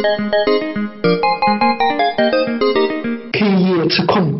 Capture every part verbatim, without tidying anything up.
K 夜吃控。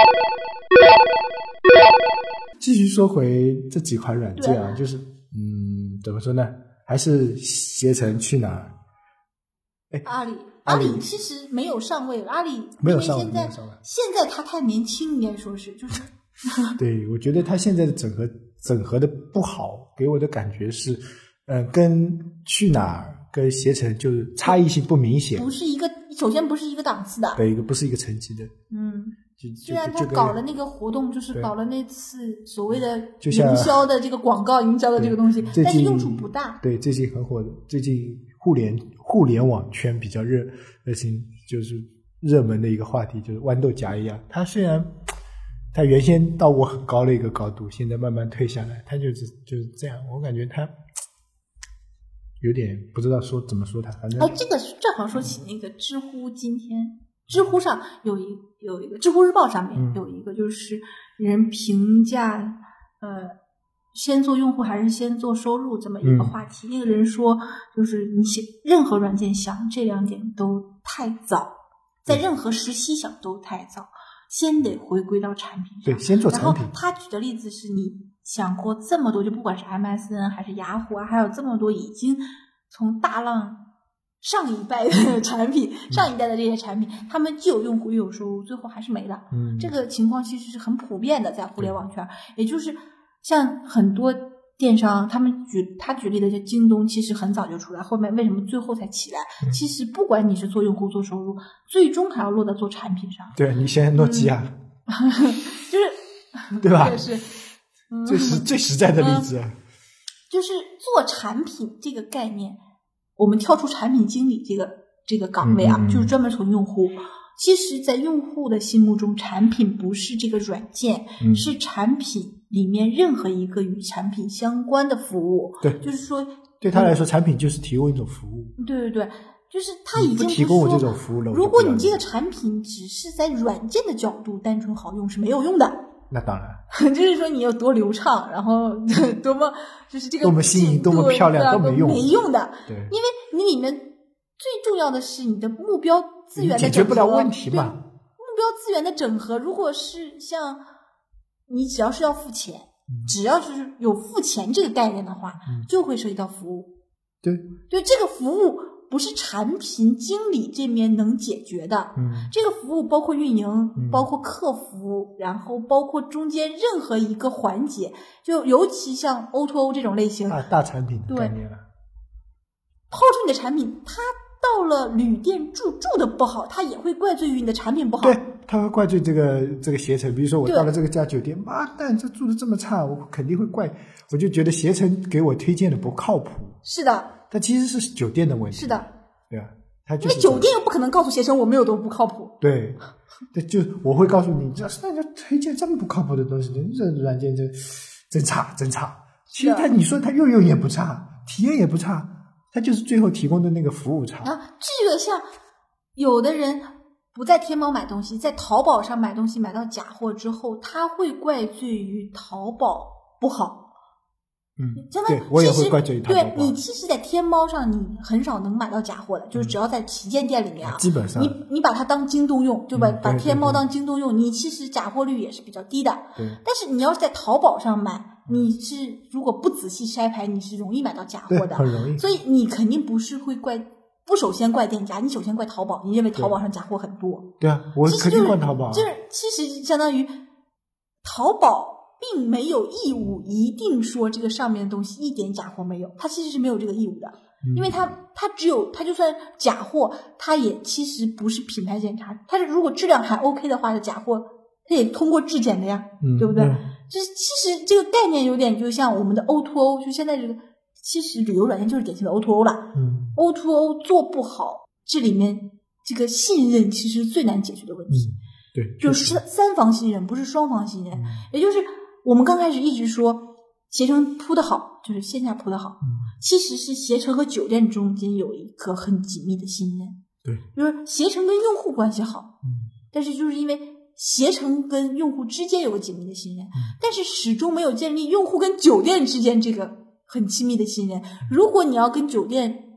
继续说回这几款软件啊，就是嗯，怎么说呢？还是携程去哪儿？哎， 阿里， 阿里阿里其实没有上位，阿里没有上位， 现在现在他太年轻，应该说是就是。 对，我觉得他现在的整合整合的不好，给我的感觉是，嗯、呃，跟去哪儿跟携程就是差异性不明显， 不是一个，首先不是一个档次的， 对，一个不是一个层级的， 嗯。 就虽然他搞了那个活动，就是搞了那次所谓的营销的这个广告营销的这个东西，但是用处不大。 对，最近很火的，最近互联互联网圈比较热热情，就是热门的一个话题，就是豌豆荚一样。它虽然它原先到过很高的一个高度，现在慢慢退下来，它就是就是这样。我感觉它有点不知道说怎么说它，反正哎，这个正好说起那个知乎今天。知乎上有一有一个知乎日报上面有一个就是人评价、嗯、呃先做用户还是先做收入这么一个话题、嗯、那个人说就是你写任何软件想这两点都太早，在任何时期想都太早，先得回归到产品上， 对，先做产品。 然后他举的例子是你想过这么多，就不管是 M S N 还是雅虎啊，还有这么多已经从大浪上一代的产品、嗯、上一代的这些产品，他们既有用户又有收入，最后还是没了。嗯，这个情况其实是很普遍的，在互联网圈，也就是像很多电商，他们举他举例的就京东，其实很早就出来，后面为什么最后才起来？嗯、其实不管你是做用户做收入，最终还要落到做产品上。 对，你先诺基亚， 嗯、就是对吧？ 这是、 嗯、最实最实在的例子、嗯， 就是做产品这个概念。我们跳出产品经理这个这个岗位啊、嗯，就是专门从用户。其实，在用户的心目中，产品不是这个软件，嗯、是产品里面任何一个与产品相关的服务。 对， 就是说， 对他来说，嗯、产品就是提供一种服务。 对对对，就是他已经不不提供我这种服务了。 如果你这个产品只是在软件的角度单纯好用，是没有用的。 那当然， 就是说你有多流畅，然后多么就是这个多么新颖、多么漂亮都没用， 没用的。 对， 因为你里面最重要的是你的目标资源的整合，解决不了问题嘛。 目标资源的整合，如果是像你只要是要付钱，嗯、只要是有付钱这个概念的话，嗯、就会涉及到服务。 对， 对这个服务。不是产品经理这面能解决的， 嗯， 这个服务包括运营、嗯，包括客服，然后包括中间任何一个环节，就尤其像 O to O 这种类型， 大大产品的概念了。 抛出你的产品，它到了旅店住住的不好，它也会怪罪于你的产品不好。 对，他会怪罪这个这个携程，比如说我到了这个家酒店，妈蛋，这住的这么差，我肯定会怪，我就觉得携程给我推荐的不靠谱。 是的。 但其实是酒店的问题。 是的， 对啊，他就是因为酒店又不可能告诉携程我们有多不靠谱。 对，对，就我会告诉你，这那就推荐这么不靠谱的东西，这软件真真差，真差。其实他你说他用用也不差，体验也不差，他就是最后提供的那个服务差。 啊，这个像有的人不在天猫买东西，在淘宝上买东西买到假货之后，他会怪罪于淘宝不好。 嗯，对，我也会怪罪淘宝。 对，你其实在天猫上你很少能买到假货的，就是只要在旗舰店里面啊， 基本上你你把它当京东用，对吧？ 嗯、 把天猫当京东用，你其实假货率也是比较低的。 对。 但是你要是在淘宝上买，你是如果不仔细筛牌，你是容易买到假货的， 很容易。 所以你肯定不是会怪，不首先怪店家，你首先怪淘宝，你认为淘宝上假货很多。 对啊，我肯定怪淘宝、啊。 就是其实相当于淘宝。并没有义务一定说这个上面的东西一点假货没有，它其实是没有这个义务的， 嗯、 因为它它只有它就算假货，它也其实不是品牌检查，它是如果质量还 OK 的话的假货，它也通过质检的呀， 嗯、 对不对？ 嗯、 就是其实这个概念有点就像我们的 O to O， 就现在这个其实旅游软件就是典型的 O to O 了。 嗯 ，O to O 做不好，这里面这个信任其实是最难解决的问题。 嗯、对， 就是三方信任，不是双方信任， 嗯、 也就是。我们刚开始一直说携程铺的好，就是线下铺的好， 嗯、 其实是携程和酒店中间有一颗很紧密的信任。 对， 就是携程跟用户关系好， 嗯， 但是就是因为携程跟用户之间有个紧密的信任， 嗯、 但是始终没有建立用户跟酒店之间这个很亲密的信任。如果你要跟酒店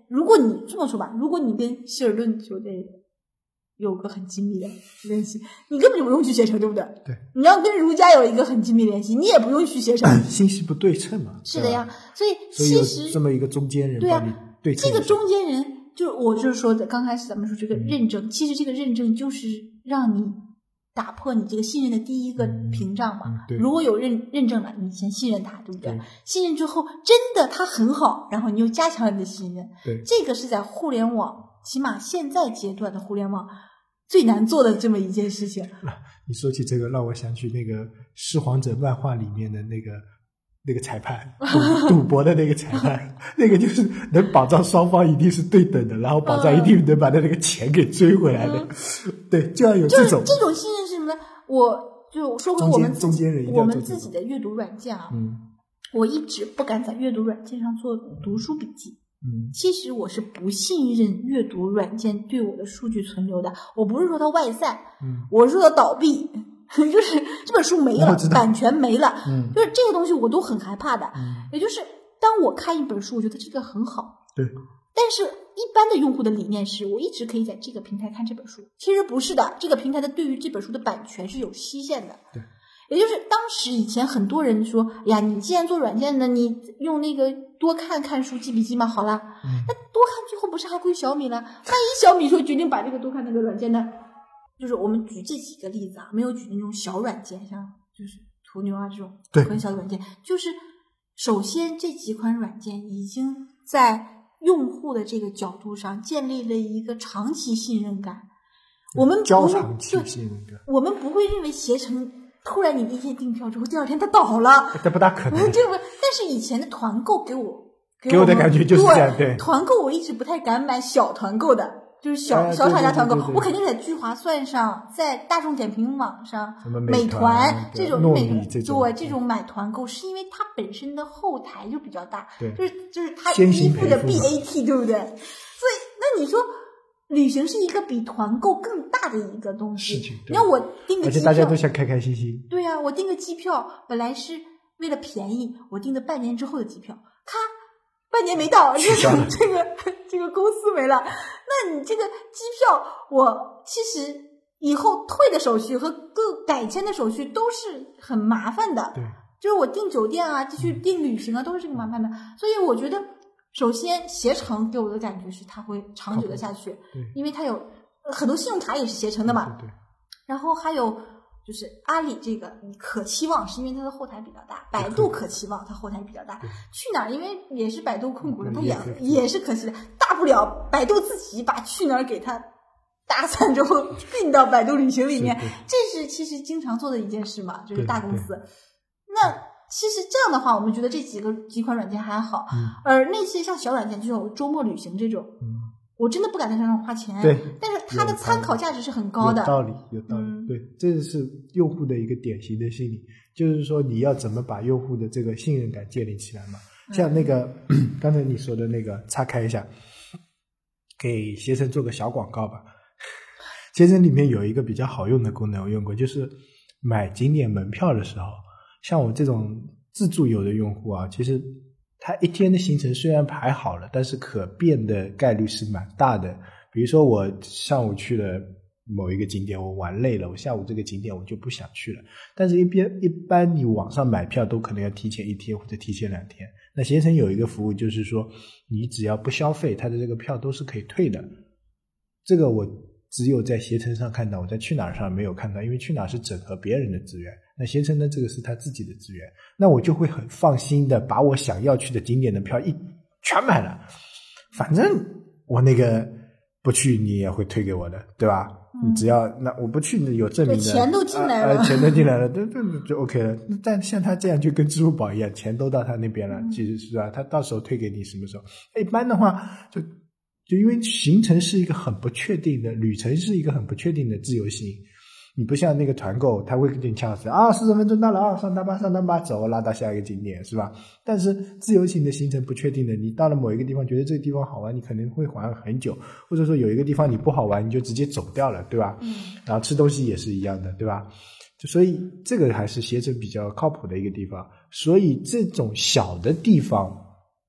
如果你这么说吧，如果你跟希尔顿球队有个很亲密的联系，你根本就不用去携程，对不对？ 对， 你要跟如家有一个很亲密联系，你也不用去携程， 信息不对称嘛。 是的呀，所以所以其实有这么一个中间人对啊帮你对称这个中间人，就我就是说的，刚开始咱们说这个认证， 嗯、 其实这个认证就是让你打破你这个信任的第一个屏障嘛。 嗯嗯、 如果有认认证了，你先信任他，对不对？ 对， 信任之后真的他很好，然后你又加强了你的信任。 对， 这个是在互联网，起码现在阶段的互联网最难做的这么一件事情。 你说起这个，让我想起那个《弑皇者》漫画里面的那个那个裁判，赌赌博的那个裁判，那个就是能保障双方一定是对等的，然后保障一定能把他那个钱给追回来的。嗯、对，就要有这种。 就是这种信任是什么呢？我就说回我们中间人我们自己的阅读软件啊， 嗯， 我一直不敢在阅读软件上做读书笔记。 嗯， 其实我是不信任阅读软件对我的数据存留的。我不是说它外散， 嗯， 我是说它倒闭，就是这本书没了，版权没了， 嗯， 就是这个东西我都很害怕的。 嗯， 也就是当我看一本书，我觉得这个很好， 对， 但是一般的用户的理念是我一直可以在这个平台看这本书，其实不是的，这个平台的对于这本书的版权是有期限的。 对。 也就是当时以前很多人说，哎呀，你既然做软件的，你用那个多看看书记笔记嘛，好了， 嗯、 那多看最后不是还归小米了？万一小米说决定把这个多看那个软件呢？就是我们举这几个例子啊，没有举那种小软件，像就是途牛啊这种很小的软件，就是首先这几款软件已经在用户的这个角度上建立了一个长期信任感，我们较长期信任感， 我们不会认为携程突然你一天订票之后，第二天它倒了， 这不大可能。 这不，但是以前的团购给我给我的感觉就是这样，对。 团购我一直不太敢买小团购的，就是小、 哎、 小厂家团购， 对对对对对， 我肯定在聚划算上，在大众点评网上， 什么美团这种美团这种对这种买团购，是因为它本身的后台就比较大， 对， 就是就是它依附的 B A T， 对不对？所以那你说。旅行是一个比团购更大的一个东西。你要我订个机票， 而且大家都想开开心心。 对啊，我订个机票本来是为了便宜，我订的半年之后的机票，咔，半年没到，这个这个这个公司没了。那你这个机票，我其实以后退的手续和各改签的手续都是很麻烦的。 对， 就是我订酒店啊，继续订旅行啊，都是这个麻烦的。所以我觉得。首先，携程给我的感觉是它会长久的下去，因为它有很多信用卡也是携程的嘛。 对对对， 然后还有就是阿里这个你可期望是因为它的后台比较大，百度可期望它后台比较大。去哪儿因为也是百度控股的，它也也是可期的，大不了百度自己把去哪儿给它打散之后并到百度旅行里面，这是其实经常做的一件事嘛，就是大公司。那其实这样的话，我们觉得这几个几款软件还好， 嗯、 而那些像小软件，就有周末旅行这种， 嗯、 我真的不敢在上面花钱。 对， 但是它的参考价值是很高的。 有道理，有道理。嗯、对，这是用户的一个典型的心理，就是说你要怎么把用户的这个信任感建立起来嘛。像那个、嗯、刚才你说的那个，岔开一下，给携程做个小广告吧。携程里面有一个比较好用的功能，我用过，就是买景点门票的时候。像我这种自助游的用户啊，其实他一天的行程虽然排好了，但是可变的概率是蛮大的。比如说我上午去了某一个景点，我玩累了，我下午这个景点我就不想去了。但是一边一般你网上买票都可能要提前一天或者提前两天。那携程有一个服务，就是说你只要不消费，它的这个票都是可以退的。这个我只有在携程上看到，我在去哪儿上没有看到，因为去哪儿是整合别人的资源，那携程呢这个是他自己的资源，那我就会很放心的把我想要去的景点的票一全买了，反正我那个不去你也会退给我的，对吧？嗯、你只要那我不去有证明的， 钱都进来了， 啊啊、钱都进来了，对对就 OK 了。但像他这样就跟支付宝一样，钱都到他那边了，嗯、其实是吧？他到时候退给你什么时候？一般的话就。就因为行程是一个很不确定的，旅程是一个很不确定的自由行，你不像那个团购，他会跟你呛死啊，四十分钟到了啊，上大巴上大巴走，拉到下一个景点，是吧？但是自由行的行程不确定的，你到了某一个地方，觉得这个地方好玩，你可能会玩很久，或者说有一个地方你不好玩，你就直接走掉了，对吧？嗯。然后吃东西也是一样的，对吧？就所以这个还是携程比较靠谱的一个地方，所以这种小的地方。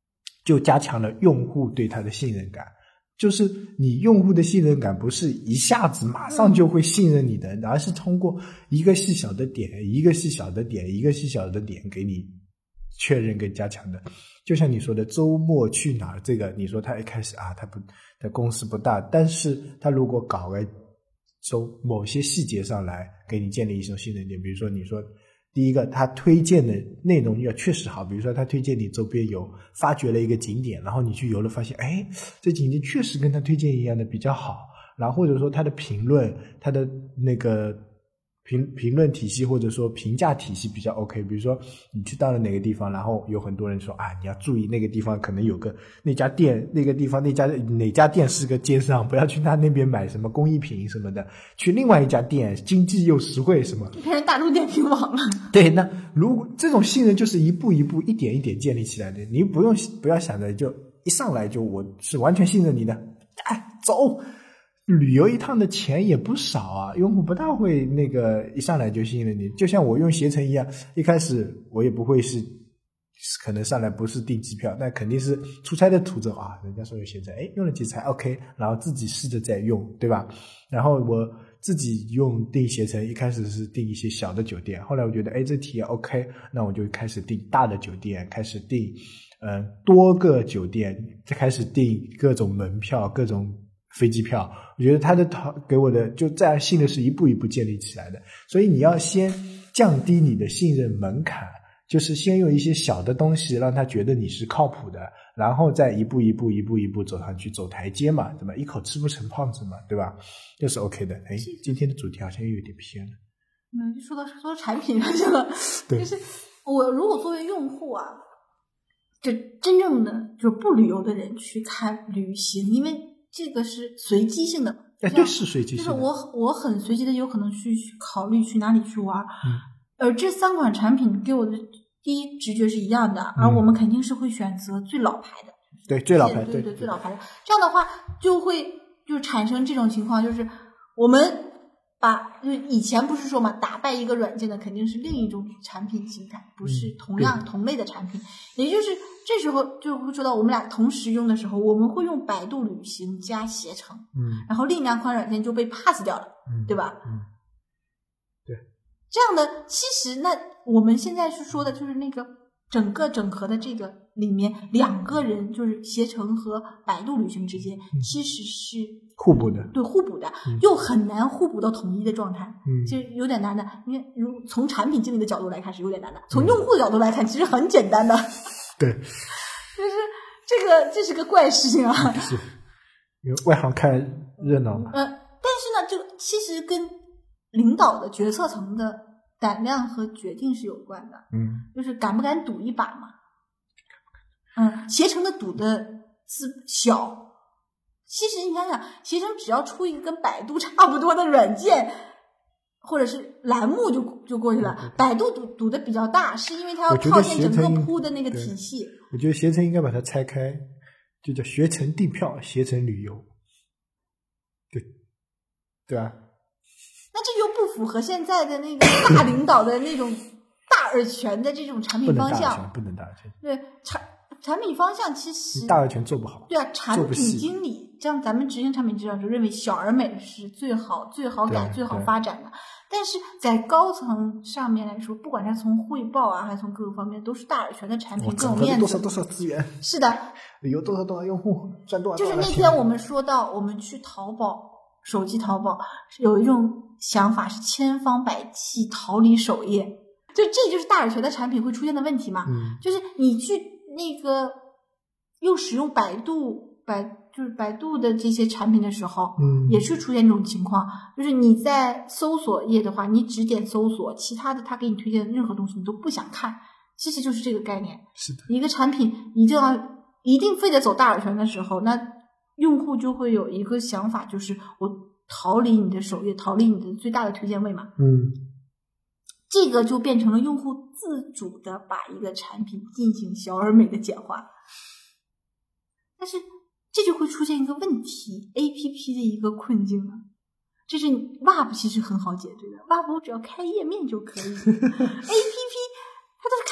就加强了用户对它的信任感。就是你用户的信任感不是一下子马上就会信任你的，而是通过一个细小的点一个细小的点一个细小的点给你确认跟加强的。就像你说的周末去哪儿，这个你说他一开始啊，他不他公司不大，但是他如果搞个从某些细节上来给你建立一种信任点，比如说你说第一个他推荐的内容要确实好，比如说他推荐你周边有发掘了一个景点，然后你去游了发现哎，这景点确实跟他推荐一样的比较好，然后或者说他的评论他的那个评评论体系或者说评价体系比较 OK， 比如说你去到了哪个地方，然后有很多人说啊，你要注意那个地方可能有个那家店那个地方那家哪家店是个奸商，不要去他那边买什么工艺品什么的，去另外一家店经济又实惠什么， 变成大众点评网了。 对，那如果这种信任就是一步一步一点一点建立起来的，你不用不要想着就一上来就我是完全信任你的，哎，走。旅游一趟的钱也不少啊，用户不大会那个一上来就信任你，就像我用携程一样，一开始我也不会是可能上来不是订机票，那肯定是出差的途中啊，人家说有携程，哎，用了几次 OK， 然后自己试着再用，对吧？然后我自己用订携程，一开始是订一些小的酒店，后来我觉得哎这体验 OK， 那我就开始订大的酒店，开始订呃多个酒店，再开始订各种门票各种飞机票，我觉得他的给我的就这样信任是一步一步建立起来的，所以你要先降低你的信任门槛，就是先用一些小的东西让他觉得你是靠谱的，然后再一步一步一步一步走上去，走台阶嘛，对吧？一口吃不成胖子嘛，对吧？这是 OK 的。哎，今天的主题好像又有点偏了。 嗯，就说到说到产品上去了。 对， 就是我如果作为用户啊，就真正的就不旅游的人去看旅行，因为这个是随机性的。 哎，对，是随机性的。 就是我我很随机的有可能去考虑去哪里去玩。 嗯。 而这三款产品给我的第一直觉是一样的，而我们肯定是会选择最老牌的。 对，最老牌， 对对对，最老牌的。这样的话就会就产生这种情况，就是我们把就以前不是说嘛，打败一个软件的肯定是另一种产品形态，不是同样、嗯、同类的产品。也就是这时候就会说到我们俩同时用的时候，我们会用百度旅行加携程， 嗯， 然后另两款软件就被 pass 掉了， 嗯， 对吧？ 嗯，对。 这样的其实那我们现在是说的就是那个整个整合的这个里面两个人就是携程和百度旅行之间、嗯、其实是互补的， 对，互补的、嗯、又很难互补到统一的状态， 嗯， 就有点难的。因为如从产品经理的角度来看是有点难的，从用户的角度来看其实很简单的， 对， 就是这个这是个怪事情啊， 是因为外行看热闹嘛， 呃，但是呢就其实跟领导的决策层的胆量和决定是有关的， 嗯， 就是敢不敢赌一把嘛。嗯，携程的赌的资小，其实你想想，携程只要出一个跟百度差不多的软件或者是栏目就就过去了。 对对对， 百度赌赌的比较大，是因为它要套现整个铺的那个体系。 我觉得携程应该把它拆开，就叫携程订票、携程旅游，对，对吧？ 那这就不符合现在的那个大领导的那种大而全的这种产品方向， 不能大而全， 对产产品方向其实大而全做不好。 对啊，产品经理像咱们执行产品指导就认为小而美是最好、最好改、最好发展的。但是在高层上面来说，不管是从汇报啊，还是从各个方面，都是大而全的产品更有面子。 多少多少资源？ 是的， 有多少多少用户，赚多少多少钱。 就是那天我们说到，我们去淘宝。手机淘宝有一种想法是千方百计逃离首页，就这就是大而全的产品会出现的问题嘛。 嗯， 就是你去那个又使用百度百就是百度的这些产品的时候， 嗯， 也是出现这种情况，就是你在搜索页的话，你只点搜索，其他的他给你推荐的任何东西你都不想看，其实就是这个概念。 是的， 一个产品一定要一定非得走大而全的时候，那用户就会有一个想法，就是我逃离你的首页，逃离你的最大的推荐位嘛。 嗯， 这个就变成了用户自主的把一个产品进行小而美的简化。但是这就会出现一个问题 ，A P P 的一个困境了。这是 W A P 其实很好解决的 ，W A P 我只要开页面就可以。A P P 它都是开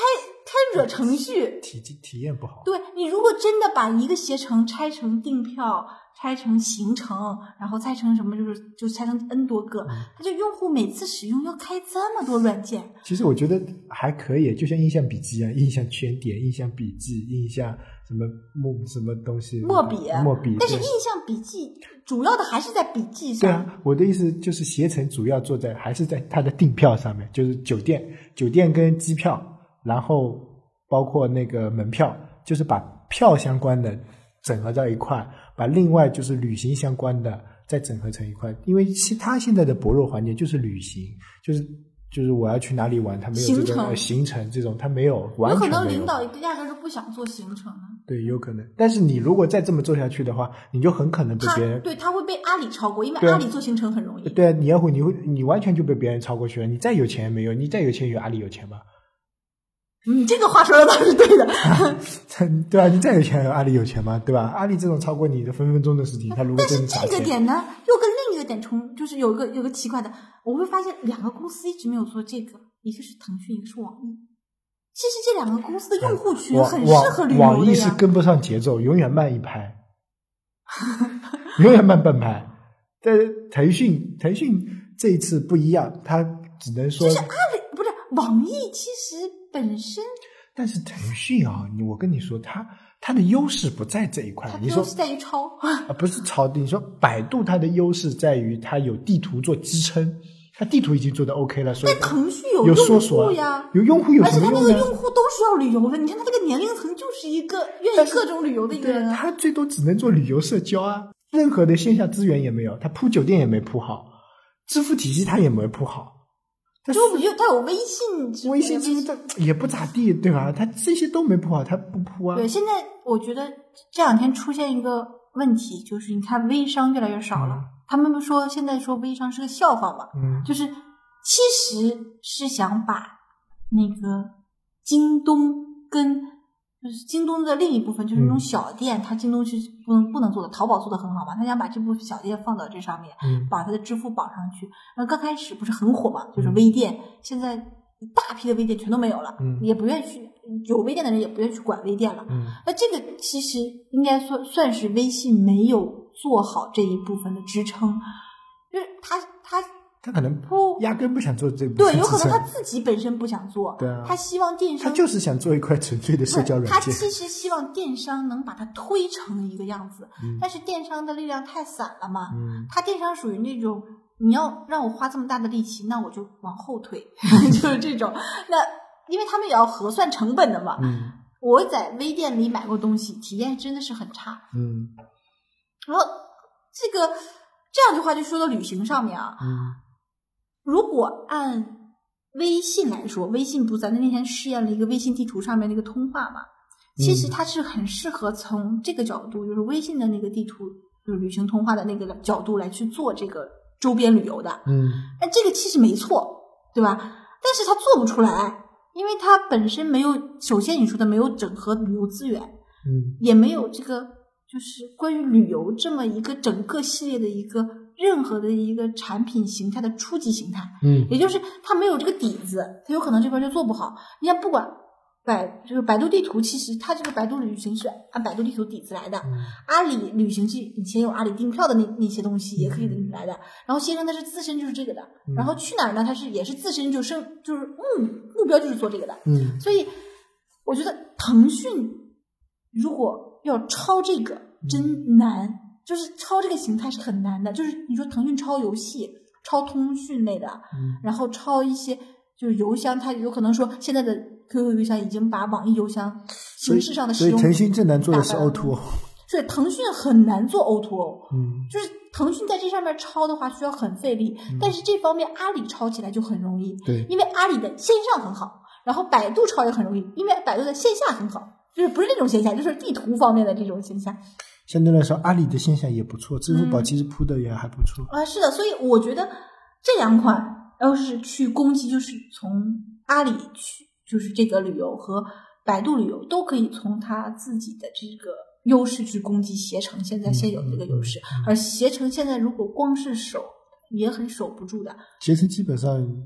开惹程序， 体体验不好。 对，你如果真的把一个携程拆成订票，拆成行程，然后拆成什么，就是就拆成 N 多个，它就用户每次使用要开这么多软件。 其实我觉得还可以，就像印象笔记啊，印象圈点、印象笔记、印象什么墨什么东西， 墨笔， 墨笔。 但是印象笔记主要的还是在笔记上。 对啊，我的意思就是携程主要做在还是在它的订票上面，就是酒店、酒店跟机票，然后包括那个门票，就是把票相关的整合到一块，把另外就是旅行相关的再整合成一块。因为它现在的薄弱环节就是旅行，就是就是我要去哪里玩，它没有这个行程、 呃、行程这种，它没有，完全没有。 有可能领导压根儿就不想做行程呢。 对，有可能。但是你如果再这么做下去的话，你就很可能被别人， 对，他会被阿里超过，因为对阿里做行程很容易。 对啊，你要会你会你完全就被别人超过去了。你再有钱也没有，你再有钱有阿里有钱吗？ 你这个话说的倒是对的。 对啊，你再有钱有阿里有钱吗？对吧？阿里这种超过你的分分钟的事情，他如果真的砸钱， 但是这个点呢，又跟另一个点冲，就是有一个有个奇怪的，我会发现两个公司一直没有做这个，一个是腾讯，一个是网易。其实这两个公司的用户群很适合旅游的呀。 网易是跟不上节奏，永远慢一拍，永远慢半拍。但是腾讯，腾讯这一次不一样，它只能说就是阿里不是网易，其实本身。 但是腾讯啊，你我跟你说，它它的优势不在这一块。你说优势在于抄啊，不是抄。你说百度它的优势在于它有地图做支撑。它地图已经做的 OK 了，所以但腾讯有有用户呀， 有用户有什么用呢？ 而且它那个用户都是要旅游的，你看它这个年龄层就是一个愿意各种旅游的一个人啊。 他最多只能做旅游社交啊，任何的线下资源也没有，他铺酒店也没铺好，支付体系他也没铺好。 就不就他有微信支付， 微信支付也不咋地，对吧？他这些都没铺好，他不铺啊。 对，现在我觉得这两天出现一个问题，就是你看微商越来越少了。嗯，他们说现在说微商是个笑话嘛， 嗯， 就是其实是想把那个京东跟就是京东的另一部分，就是那种小店，嗯，它京东是不能不能做的，淘宝做的很好嘛，他想把这部分小店放到这上面， 嗯， 把它的支付绑上去。然后刚开始不是很火嘛，就是微店，嗯，现在一大批的微店全都没有了， 嗯， 也不愿意去，有微店的人也不愿意去管微店了。 嗯， 那这个其实应该算算是微信没有做好这一部分的支撑，就是他他他可能不压根不想做这部分， 对，有可能他自己本身不想做， 对啊， 他希望电商， 他就是想做一块纯粹的社交软件， 他其实希望电商能把它推成一个样子， 嗯，但是电商的力量太散了嘛， 嗯， 他电商属于那种你要让我花这么大的力气，那我就往后推，就是这种。那因为他们也要核算成本的嘛， 嗯， 我在微店里买过东西，体验真的是很差， 嗯， 然后这个这样的话就说到旅行上面啊， 嗯， 如果按微信来说，微信不咱那天试验了一个微信地图上面那个通话嘛，其实它是很适合从这个角度，就是微信的那个地图，就是旅行通话的那个角度来去做这个周边旅游的， 嗯， 那这个其实没错，对吧？但是它做不出来，因为它本身没有，首先你说的没有整合旅游资源， 嗯， 也没有这个就是关于旅游这么一个整个系列的一个任何的一个产品形态的初级形态， 嗯， 也就是它没有这个底子，它有可能这边就做不好。你看，不管百就是百度地图，其实它这个百度旅行是按百度地图底子来的， 嗯， 阿里旅行是以前有阿里订票的那那些东西也可以来的，然后携程它是自身就是这个的， 嗯， 然后去哪儿呢？它是也是自身就生就是目目标就是做这个的， 嗯， 所以我觉得腾讯如果要抄这个真难，嗯，就是抄这个形态是很难的，就是你说腾讯抄游戏、抄通讯类的， 嗯，然后抄一些就是邮箱，它有可能说现在的 Q Q 邮箱已经把网易邮箱形式上的使用， 所以腾讯最难做的是 O to O， 所以腾讯很难做 O to O， 嗯， 就是腾讯在这上面抄的话需要很费力，嗯，但是这方面阿里抄起来就很容易， 对， 因为阿里的线上很好，然后百度抄也很容易，因为百度的线下很好，就是不是那种线下，就是地图方面的这种线下。 相对来说，阿里的线下也不错，支付宝其实铺的也还不错， 嗯，啊，是的，所以我觉得这两款要是去攻击，就是从阿里去，就是这个旅游和百度旅游都可以从它自己的这个优势去攻击携程现在现有的这个优势， 嗯嗯嗯， 而携程现在如果光是守也很守不住的。 携程基本上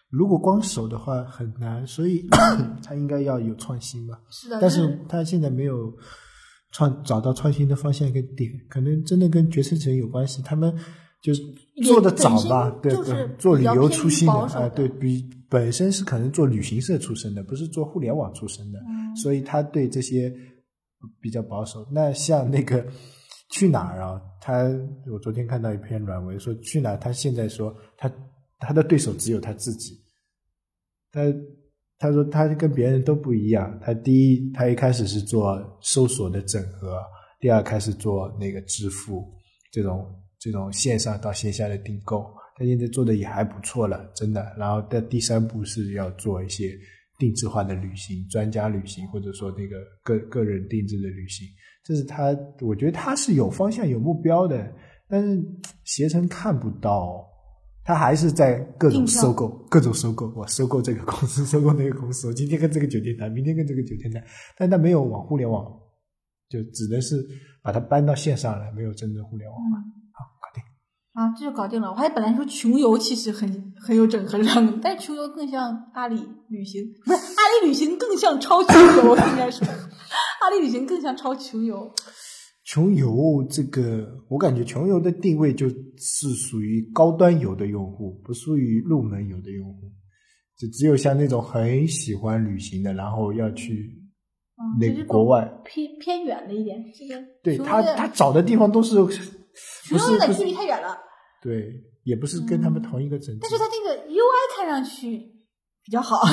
如果光守的话很难，所以他应该要有创新吧。 是的， 但是他现在没有创找到创新的方向跟点，可能真的跟决策层有关系。他们就是做的早吧，对对，做旅游出身的啊、呃，对比本身是可能做旅行社出身的，不是做互联网出身的， 嗯、 所以他对这些比较保守。那像那个去哪儿啊？他我昨天看到一篇软文说去哪儿，他现在说他他的对手只有他自己。他他说他跟别人都不一样。他第一，他一开始是做搜索的整合；第二，开始做那个支付这种这种线上到线下的订购。他现在做的也还不错了，真的。然后在第三步是要做一些定制化的旅行、专家旅行，或者说那个个个人定制的旅行。这是他，我觉得他是有方向、有目标的，但是携程看不到。他还是在各种收购，各种收购，我收购这个公司，收购那个公司，我今天跟这个酒店谈，明天跟这个酒店谈，但他没有往互联网，就只能是把它搬到线上来，没有真正互联网。 嗯， 好，搞定。 啊，这就搞定了。我还本来说穷游其实很很有整合上，但是穷游更像阿里旅行，不是阿里旅行更像超穷游，应该是阿里旅行更像超穷游。 穷游这个，我感觉穷游的定位就是属于高端游的用户，不属于入门游的用户。就只有像那种很喜欢旅行的，然后要去那个国外、 嗯、偏偏远了一点。这个对他他找的地方都是穷游的距离太远了。 对，也不是跟他们同一个整、嗯。 但是他这个 U I 看上去比较好。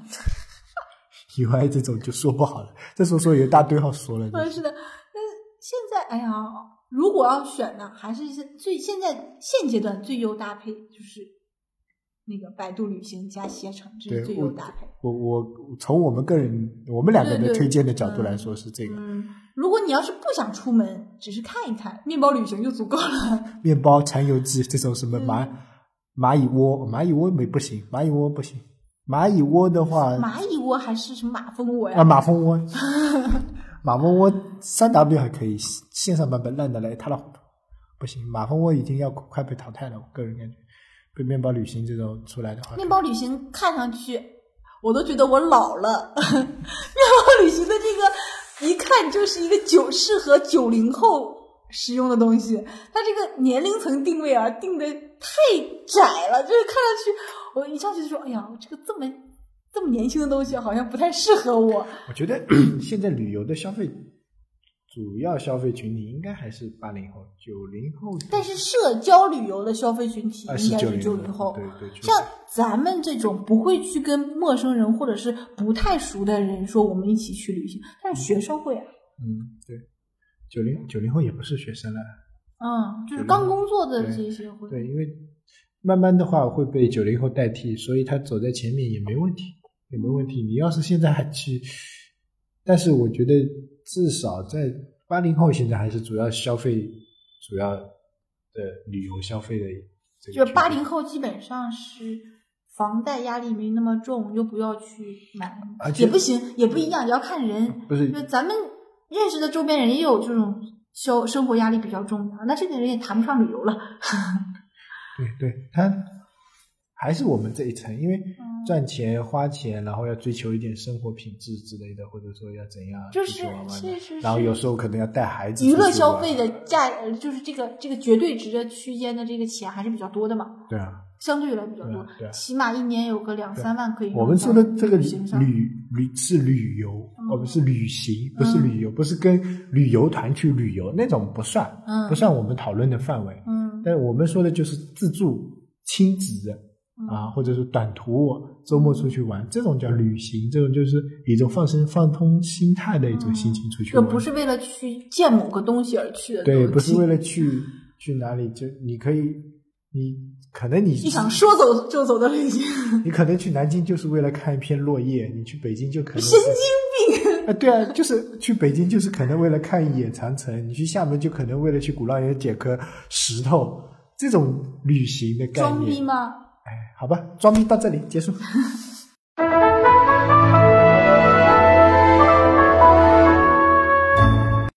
U I 这种就说不好了，这时候说有一大堆好说了。 嗯，是的。现在哎呀，如果要选呢，还是最现在现阶段最优搭配就是那个百度旅行加携程，这是最优搭配。 我我我从我们个人我们两个人推荐的角度来说是这个。 嗯，嗯如果你要是不想出门，只是看一看，面包旅行就足够了。 面包、柴油记这种什么蚂蚂蚁窝，蚂蚁窝没不行，蚂蚁窝不行。蚂蚁窝的话， 蚂蚁窝还是什么马蜂窝呀？ 啊，马蜂窝。马蜂窝 三 W 还可以，线上版本烂的来一塌糊涂，不行，马蜂窝已经要快被淘汰了，我个人感觉，被面包旅行这种出来的话， 面包旅行看上去我都觉得我老了。面包旅行的这个一看就是一个九适合九零后使用的东西，它这个年龄层定位啊定的太窄了，就是看上去我一上去就说，哎呀，这个这么。这么年轻的东西好像不太适合我。 我觉得现在旅游的消费主要消费群体应该还是八零后、九零后， 但是社交旅游的消费群体应该是九零后。 对对， 像咱们这种不会去跟陌生人或者是不太熟的人说我们一起去旅行，但是学生会啊。 嗯，对，九零九零后也不是学生了。 嗯，就是刚工作的这些会。 对，因为慢慢的话会被九零后代替，所以他走在前面也没问题。也没问题，你要是现在还去，但是我觉得至少在八零后现在还是主要消费主要的旅游消费的这个， 就是八零后基本上是房贷压力没那么重，就不要去买，也不行，也不一样，也要看人。 不是， 就咱们认识的周边人也有这种消生活压力比较重的，那这个人也谈不上旅游了。 对对，他还是我们这一层，因为赚钱花钱，然后要追求一点生活品质之类的，或者说要怎样， 就是是是是， 然后有时候可能要带孩子。 娱乐消费的价，就是这个这个绝对值的区间的这个钱还是比较多的嘛。 对啊， 相对来比较多， 对啊， 起码一年有个两三万可以用。 我们说的这个旅旅旅是旅游，嗯、我们是旅行，不是旅游，嗯、不是跟旅游团去旅游那种不算， 嗯， 不算我们讨论的范围。 嗯， 但我们说的就是自助、亲子。啊，或者是短途周末出去玩，嗯、这种叫旅行，这种就是一种放松放通心态的一种心情出去玩， 这、嗯、不是为了去见某个东西而去的， 对，不是为了去去哪里，就你可以，你可能你一场说走就走的旅行， 你可能去南京就是为了看一片落叶，你去北京就可能神经病啊，对啊，就是去北京就是可能为了看一眼长城，你去厦门就可能为了去鼓浪屿捡颗石头，这种旅行的概念， 装逼吗？ 哎，好吧，装逼到这里结束。